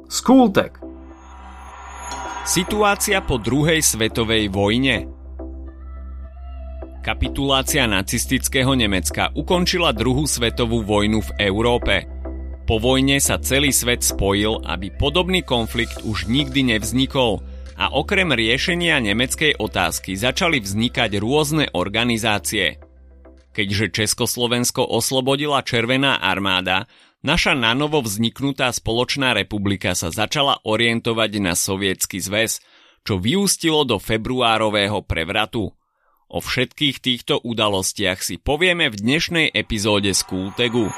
Skultek. Situácia po druhej svetovej vojne. Kapitulácia nacistického Nemecka ukončila druhú svetovú vojnu v Európe. Po vojne sa celý svet spojil, aby podobný konflikt už nikdy nevznikol a okrem riešenia nemeckej otázky začali vznikať rôzne organizácie. Keďže Československo oslobodila Červená armáda, naša nanovo vzniknutá spoločná republika sa začala orientovať na Sovietsky zväz, čo vyústilo do februárového prevratu. O všetkých týchto udalostiach si povieme v dnešnej epizóde Skultegu.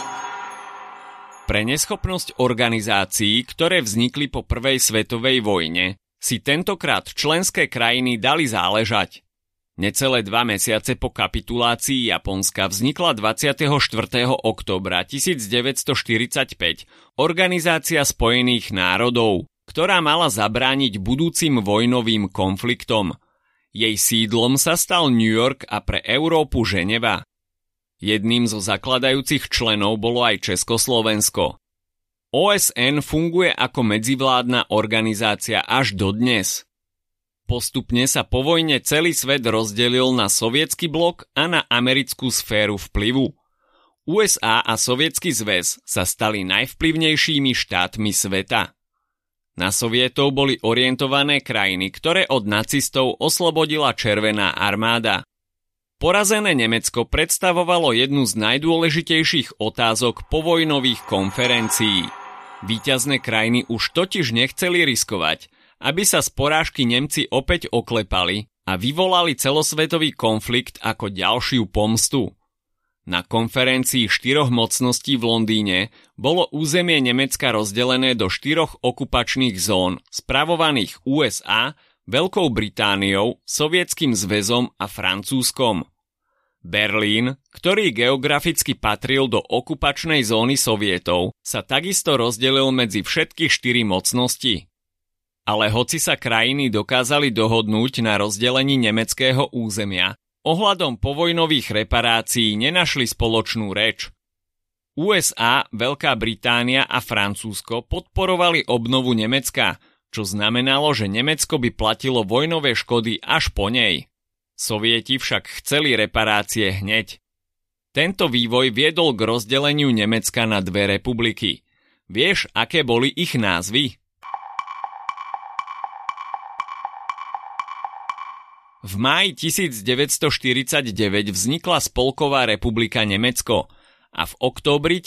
Pre neschopnosť organizácií, ktoré vznikli po prvej svetovej vojne, si tentokrát členské krajiny dali záležať. Necelé 2 mesiace po kapitulácii Japonska vznikla 24. októbra 1945 Organizácia spojených národov, ktorá mala zabrániť budúcim vojnovým konfliktom. Jej sídlom sa stal New York a pre Európu Ženeva. Jedným zo zakladajúcich členov bolo aj Československo. OSN funguje ako medzivládna organizácia až dodnes. Postupne sa po vojne celý svet rozdelil na sovietsky blok a na americkú sféru vplyvu. USA a Sovietsky zväz sa stali najvplyvnejšími štátmi sveta. Na Sovietov boli orientované krajiny, ktoré od nacistov oslobodila Červená armáda. Porazené Nemecko predstavovalo jednu z najdôležitejších otázok povojnových konferencií. Víťazné krajiny už totiž nechceli riskovať, aby sa z porážky Nemci opäť oklepali a vyvolali celosvetový konflikt ako ďalšiu pomstu. Na konferencii 4 mocností v Londýne bolo územie Nemecka rozdelené do 4 okupačných zón, spravovaných USA, Veľkou Britániou, Sovietským zväzom a Francúzskom. Berlín, ktorý geograficky patril do okupačnej zóny Sovietov, sa takisto rozdelil medzi všetky 4 mocnosti. Ale hoci sa krajiny dokázali dohodnúť na rozdelení nemeckého územia, ohľadom povojnových reparácií nenašli spoločnú reč. USA, Veľká Británia a Francúzsko podporovali obnovu Nemecka, čo znamenalo, že Nemecko by platilo vojnové škody až po nej. Sovieti však chceli reparácie hneď. Tento vývoj viedol k rozdeleniu Nemecka na 2 republiky. Vieš, aké boli ich názvy? V máji 1949 vznikla Spolková republika Nemecko a v októbri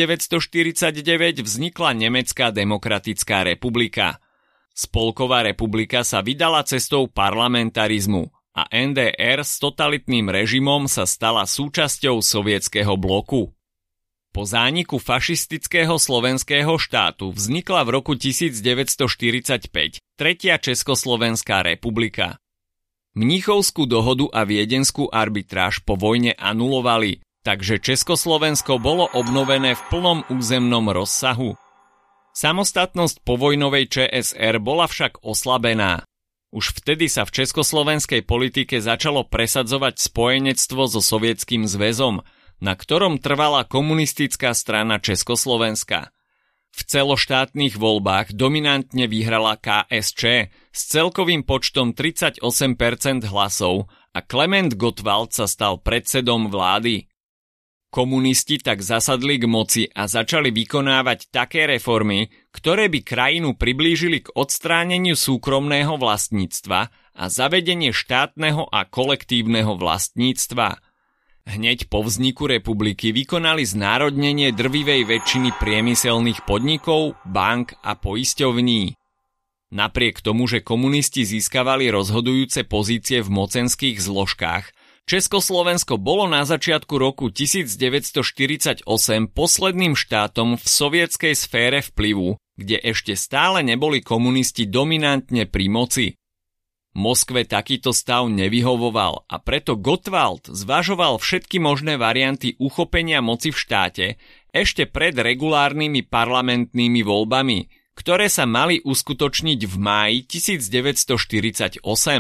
1949 vznikla Nemecká demokratická republika. Spolková republika sa vydala cestou parlamentarizmu a NDR s totalitným režimom sa stala súčasťou sovietskeho bloku. Po zániku fašistického slovenského štátu vznikla v roku 1945 Tretia Československá republika. Mníchovskú dohodu a Viedenskú arbitráž po vojne anulovali, takže Československo bolo obnovené v plnom územnom rozsahu. Samostatnosť povojnovej ČSR bola však oslabená. Už vtedy sa v československej politike začalo presadzovať spojenectvo so Sovietským zväzom, na ktorom trvala komunistická strana Československa. V celoštátnych voľbách dominantne vyhrala KSČ s celkovým počtom 38% hlasov a Klement Gottwald sa stal predsedom vlády. Komunisti tak zasadli k moci a začali vykonávať také reformy, ktoré by krajinu priblížili k odstráneniu súkromného vlastníctva a zavedenie štátneho a kolektívneho vlastníctva. Hneď po vzniku republiky vykonali znárodnenie drvivej väčšiny priemyselných podnikov, bank a poisťovní. Napriek tomu, že komunisti získavali rozhodujúce pozície v mocenských zložkách, Československo bolo na začiatku roku 1948 posledným štátom v sovietskej sfére vplyvu, kde ešte stále neboli komunisti dominantne pri moci. Moskve takýto stav nevyhovoval a preto Gottwald zvažoval všetky možné varianty uchopenia moci v štáte ešte pred regulárnymi parlamentnými voľbami, ktoré sa mali uskutočniť v máji 1948.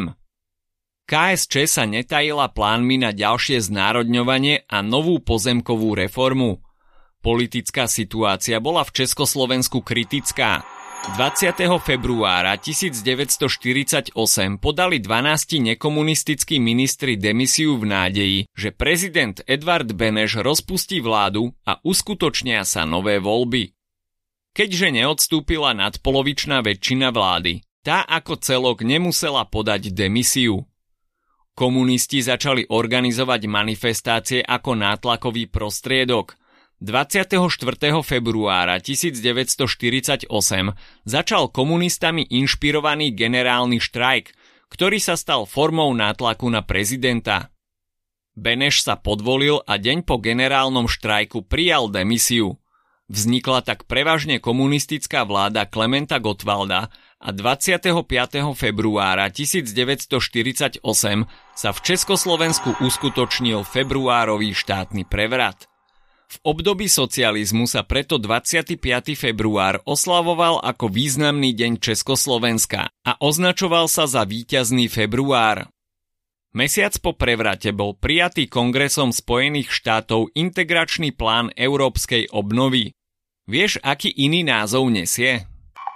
KSČ sa netajila plánmi na ďalšie znárodňovanie a novú pozemkovú reformu. Politická situácia bola v Československu kritická. 20. februára 1948 podali 12 nekomunistickí ministri demisiu v nádeji, že prezident Edvard Beneš rozpustí vládu a uskutočnia sa nové voľby. Keďže neodstúpila nadpolovičná väčšina vlády, tá ako celok nemusela podať demisiu. Komunisti začali organizovať manifestácie ako nátlakový prostriedok. 24. februára 1948 začal komunistami inšpirovaný generálny štrajk, ktorý sa stal formou nátlaku na prezidenta. Beneš sa podvolil a deň po generálnom štrajku prijal demisiu. Vznikla tak prevažne komunistická vláda Klementa Gottwalda a 25. februára 1948 sa v Československu uskutočnil februárový štátny prevrat. V období socializmu sa preto 25. február oslavoval ako významný deň Československa a označoval sa za víťazný február. Mesiac po prevrate bol prijatý Kongresom Spojených štátov integračný plán európskej obnovy. Vieš, aký iný názov nesie?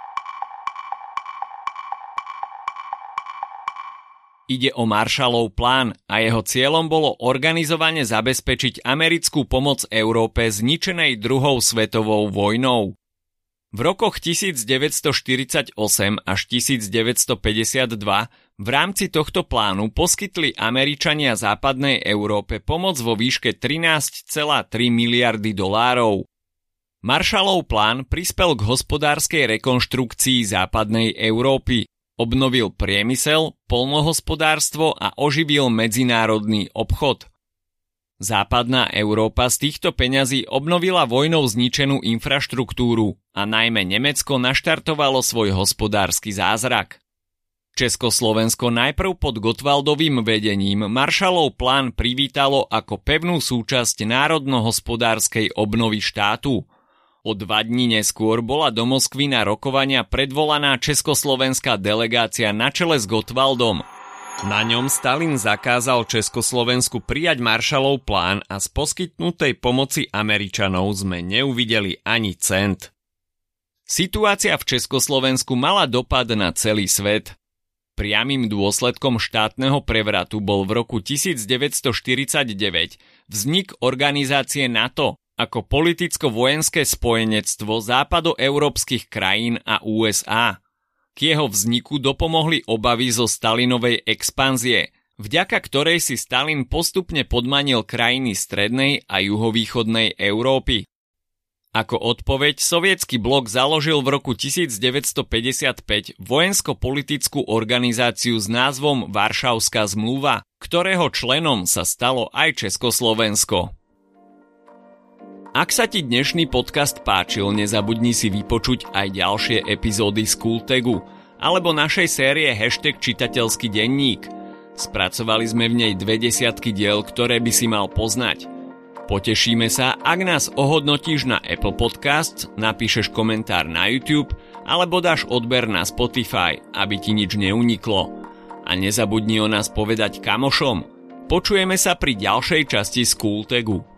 Ide o Marshallov plán a jeho cieľom bolo organizovane zabezpečiť americkú pomoc Európe zničenej druhou svetovou vojnou. V rokoch 1948 až 1952 v rámci tohto plánu poskytli Američania západnej Európe pomoc vo výške 13,3 miliardy dolárov. Marshallov plán prispel k hospodárskej rekonštrukcii západnej Európy, obnovil priemysel, poľnohospodárstvo a oživil medzinárodný obchod. Západná Európa z týchto peňazí obnovila vojnou zničenú infraštruktúru a najmä Nemecko naštartovalo svoj hospodársky zázrak. Československo najprv pod Gottwaldovým vedením Marshallov plán privítalo ako pevnú súčasť národno-hospodárskej obnovy štátu. O 2 dní neskôr bola do Moskvy na rokovania predvolaná československá delegácia na čele s Gottwaldom. Na ňom Stalin zakázal Československu prijať Marshallov plán a z poskytnutej pomoci Američanov sme neuvideli ani cent. Situácia v Československu mala dopad na celý svet. Priamym dôsledkom štátneho prevratu bol v roku 1949 vznik organizácie NATO ako politicko-vojenské spojenectvo západoeurópskych krajín a USA. K jeho vzniku dopomohli obavy zo Stalinovej expanzie, vďaka ktorej si Stalin postupne podmanil krajiny strednej a juhovýchodnej Európy. Ako odpoveď sovietsky blok založil v roku 1955 vojensko-politickú organizáciu s názvom Varšavská zmluva, ktorého členom sa stalo aj Československo. Ak sa ti dnešný podcast páčil, nezabudni si vypočuť aj ďalšie epizódy z Kultegu alebo našej série #čitateľský denník. Spracovali sme v nej 20 diel, ktoré by si mal poznať. Potešíme sa, ak nás ohodnotíš na Apple Podcasts, napíšeš komentár na YouTube alebo dáš odber na Spotify, aby ti nič neuniklo. A nezabudni o nás povedať kamošom. Počujeme sa pri ďalšej časti z Kultegu.